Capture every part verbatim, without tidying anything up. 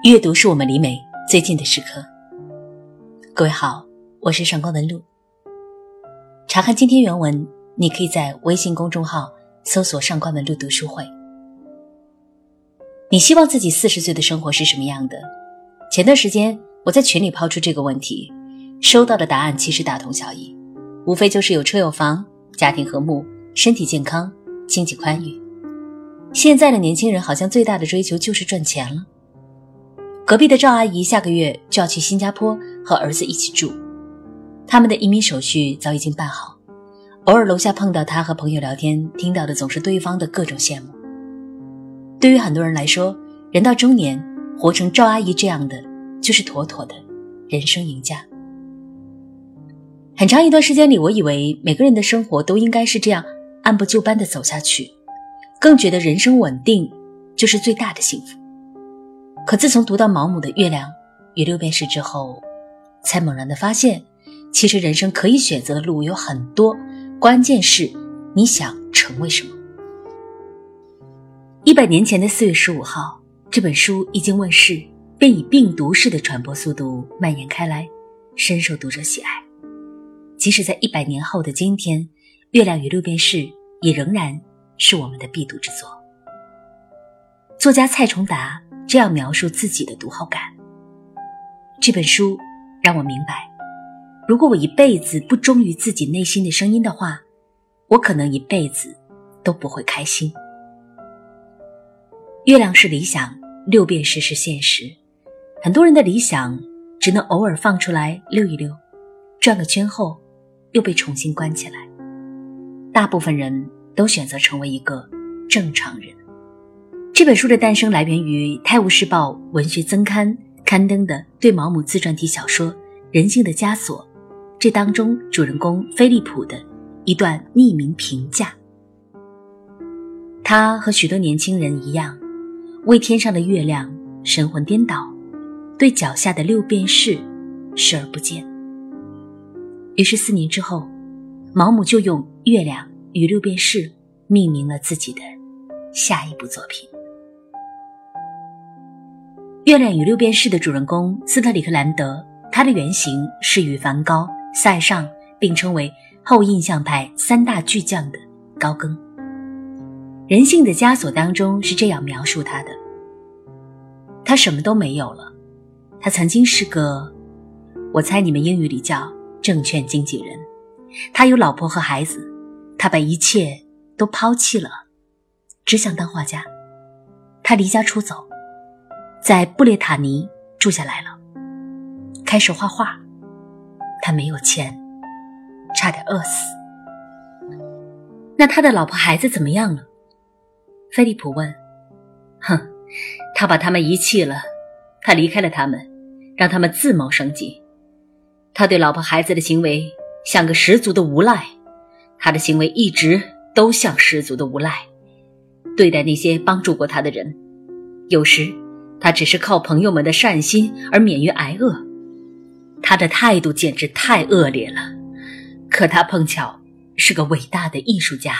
阅读是我们离美最近的时刻。各位好，我是上官文露。查看今天原文，你可以在微信公众号搜索上官文露读书会。你希望自己四十岁的生活是什么样的？前段时间我在群里抛出这个问题，收到的答案其实大同小异，无非就是有车有房，家庭和睦，身体健康，经济宽裕。现在的年轻人好像最大的追求就是赚钱了。隔壁的赵阿姨下个月就要去新加坡和儿子一起住，他们的移民手续早已经办好，偶尔楼下碰到她和朋友聊天，听到的总是对方的各种羡慕。对于很多人来说，人到中年活成赵阿姨这样的就是妥妥的人生赢家。很长一段时间里，我以为每个人的生活都应该是这样按部就班地走下去，更觉得人生稳定就是最大的幸福。可自从读到毛姆的《月亮与六便士》之后，才猛然地发现，其实人生可以选择的路有很多，关键是你想成为什么。一百年前的四月十五号，这本书一经问世，便以病毒式的传播速度蔓延开来，深受读者喜爱。即使在一百年后的今天，《月亮与六便士》也仍然是我们的必读之作。作家蔡崇达这样描述自己的读后感：这本书让我明白，如果我一辈子不忠于自己内心的声音的话，我可能一辈子都不会开心。月亮是理想，六便士是现实。很多人的理想只能偶尔放出来溜一溜，转个圈后又被重新关起来。大部分人都选择成为一个正常人。这本书的诞生来源于《泰晤士报》文学增刊刊登的对毛姆自传体小说《人性的枷锁》，这当中主人公菲利普的一段匿名评价。他和许多年轻人一样，为天上的月亮神魂颠倒，对脚下的六便士视而不见。于是四年之后，毛姆就用《月亮与六便士》命名了自己的下一部作品。《月亮与六便士》的主人公斯特里克兰德，他的原型是与梵高、塞尚并称为后印象派三大巨匠的高更。《人性的枷锁》当中是这样描述他的：他什么都没有了，他曾经是个，我猜你们英语里叫证券经纪人，他有老婆和孩子，他把一切都抛弃了，只想当画家。他离家出走，在布列塔尼住下来了，开始画画。他没有钱，差点饿死。那他的老婆孩子怎么样了？菲利普问。哼，他把他们遗弃了，他离开了他们，让他们自谋生计。他对老婆孩子的行为像个十足的无赖，他的行为一直都像十足的无赖。对待那些帮助过他的人，有时他只是靠朋友们的善心而免于挨饿。他的态度简直太恶劣了，可他碰巧是个伟大的艺术家。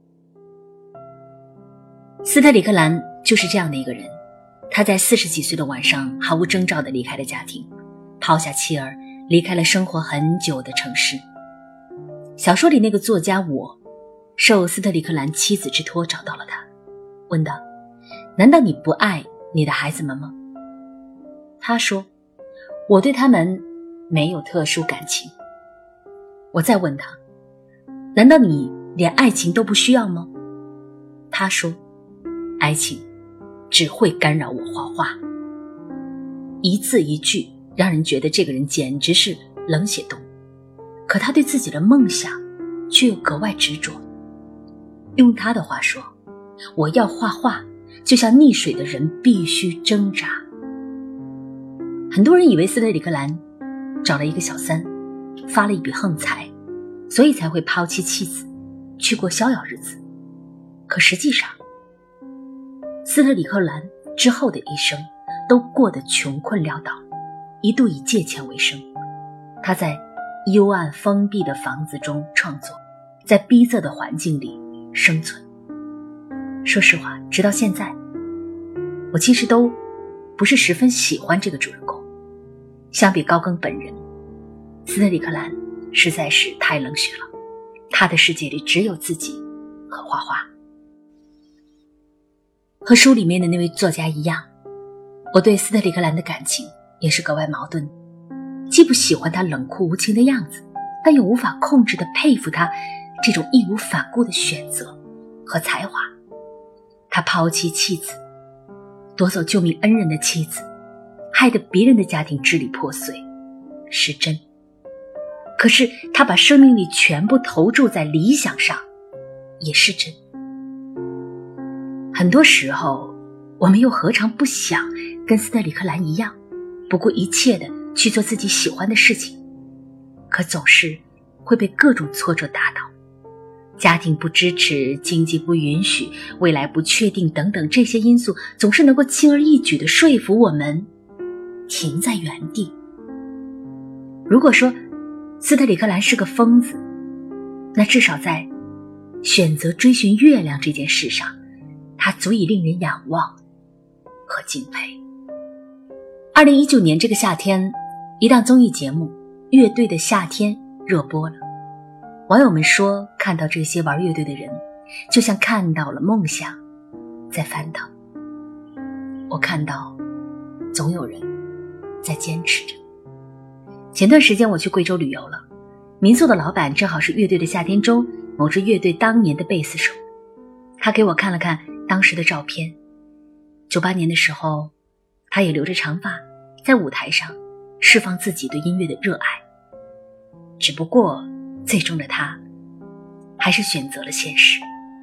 斯特里克兰就是这样的一个人，他在四十几岁的晚上毫无征兆地离开了家庭，抛下妻儿，离开了生活很久的城市。小说里那个作家我，受斯特里克兰妻子之托找到了他，问道：难道你不爱你的孩子们吗？他说：我对他们没有特殊感情。我再问他：难道你连爱情都不需要吗？他说：爱情只会干扰我画画。一字一句让人觉得这个人简直是冷血动物，可他对自己的梦想却又格外执着。用他的话说，我要画画，就像溺水的人必须挣扎。很多人以为斯特里克兰找了一个小三，发了一笔横财，所以才会抛弃妻子，去过逍遥日子。可实际上，斯特里克兰之后的一生都过得穷困潦倒，一度以借钱为生。他在幽暗封闭的房子中创作，在逼仄的环境里生存。说实话，直到现在，我其实都不是十分喜欢这个主人公。相比高更本人，斯特里克兰实在是太冷血了，他的世界里只有自己和花花。和书里面的那位作家一样，我对斯特里克兰的感情也是格外矛盾，既不喜欢他冷酷无情的样子，但又无法控制地佩服他这种义无反顾的选择和才华。他抛弃妻子，夺走救命恩人的妻子，害得别人的家庭支离破碎，是真。可是他把生命力全部投注在理想上，也是真。很多时候，我们又何尝不想跟斯特里克兰一样，不顾一切地去做自己喜欢的事情，可总是会被各种挫折打倒。家庭不支持，经济不允许，未来不确定等等，这些因素总是能够轻而易举地说服我们停在原地。如果说斯特里克兰是个疯子，那至少在选择追寻月亮这件事上，他足以令人仰望和敬佩。二零一九年这个夏天，一档综艺节目《乐队的夏天》热播了。网友们说，看到这些玩乐队的人，就像看到了梦想在翻腾。我看到总有人在坚持着。前段时间我去贵州旅游了，民宿的老板正好是乐队的夏天中某支乐队当年的贝斯手。他给我看了看当时的照片，九八年的时候，他也留着长发，在舞台上释放自己对音乐的热爱。只不过最终的他还是选择了现实。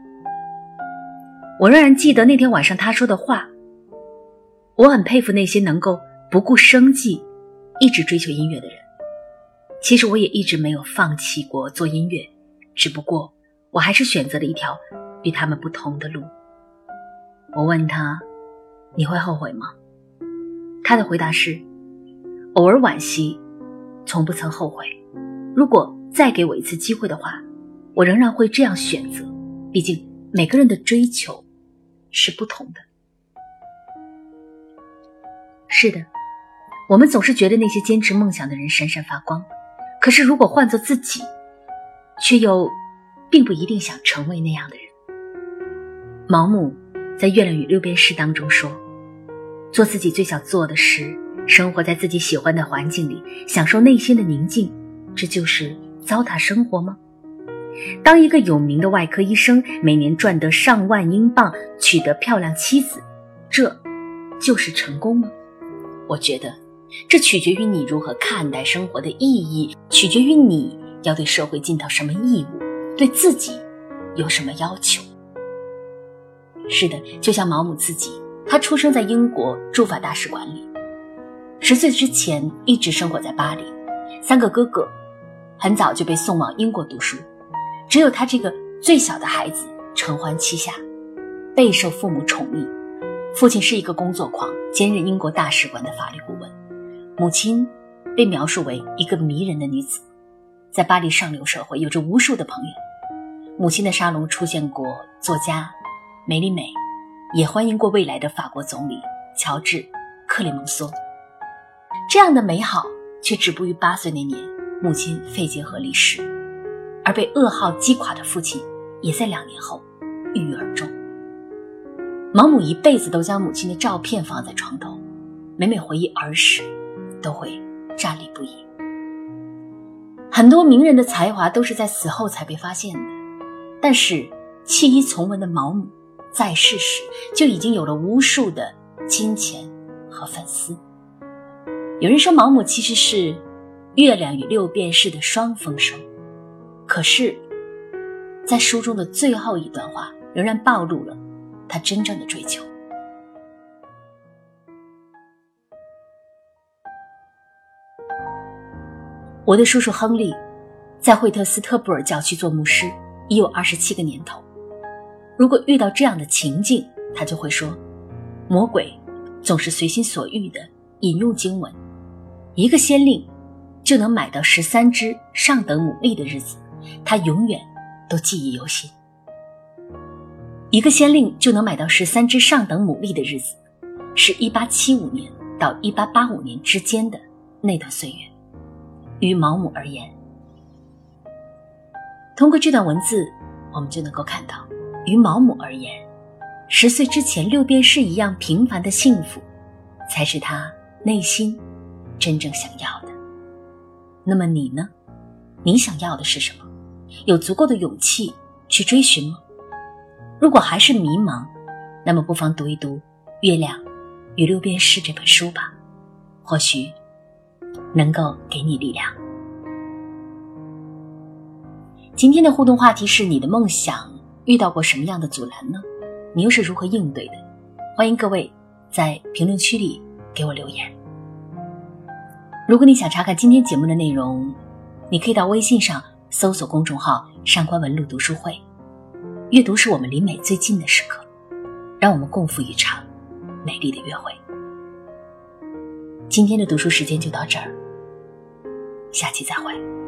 我仍然记得那天晚上他说的话，我很佩服那些能够不顾生计一直追求音乐的人。其实我也一直没有放弃过做音乐，只不过我还是选择了一条与他们不同的路。我问他，你会后悔吗？他的回答是，偶尔惋惜，从不曾后悔。如果再给我一次机会的话，我仍然会这样选择，毕竟每个人的追求是不同的。是的，我们总是觉得那些坚持梦想的人闪闪发光，可是如果换作自己，却又并不一定想成为那样的人。毛姆在《月亮与六便士》当中说，做自己最想做的事，生活在自己喜欢的环境里，享受内心的宁静，这就是糟蹋生活吗？当一个有名的外科医生每年赚得上万英镑，娶得漂亮妻子，这就是成功吗？我觉得这取决于你如何看待生活的意义，取决于你要对社会尽到什么义务，对自己有什么要求。是的，就像毛姆自己，他出生在英国驻法大使馆里，十岁之前一直生活在巴黎，三个哥哥很早就被送往英国读书，只有他这个最小的孩子承欢膝下，备受父母宠溺。父亲是一个工作狂，兼任英国大使馆的法律顾问，母亲被描述为一个迷人的女子，在巴黎上流社会有着无数的朋友。母亲的沙龙出现过作家梅丽美，也欢迎过未来的法国总理乔治·克雷蒙梭。这样的美好却止步于八岁那年，母亲肺结核离世，而被噩耗击垮的父亲也在两年后郁郁而终。毛姆一辈子都将母亲的照片放在床头，每每回忆儿时都会站立不已。很多名人的才华都是在死后才被发现的，但是弃医从文的毛姆在世时就已经有了无数的金钱和粉丝。有人说毛姆其实是月亮与六便士的双丰收，可是在书中的最后一段话仍然暴露了他真正的追求。我的叔叔亨利在惠特斯特布尔教区做牧师已有二十七个年头，如果遇到这样的情境，他就会说，魔鬼总是随心所欲地引用经文，一个先令就能买到十三只上等牡蛎的日子，他永远都记忆犹新。一个先令就能买到十三只上等牡蛎的日子， 是一八七五年到一八八五年之间的那段岁月。于毛姆而言，通过这段文字，我们就能够看到，于毛姆而言，十岁之前六便士一样平凡的幸福，才是他内心真正想要的。那么你呢？你想要的是什么？有足够的勇气去追寻吗？如果还是迷茫，那么不妨读一读《月亮与六便士》这本书吧，或许能够给你力量。今天的互动话题是：你的梦想遇到过什么样的阻拦呢？你又是如何应对的？欢迎各位在评论区里给我留言。如果你想查看今天节目的内容，你可以到微信上搜索公众号上官文露读书会。阅读是我们离美最近的时刻，让我们共赴一场美丽的约会。今天的读书时间就到这儿，下期再会。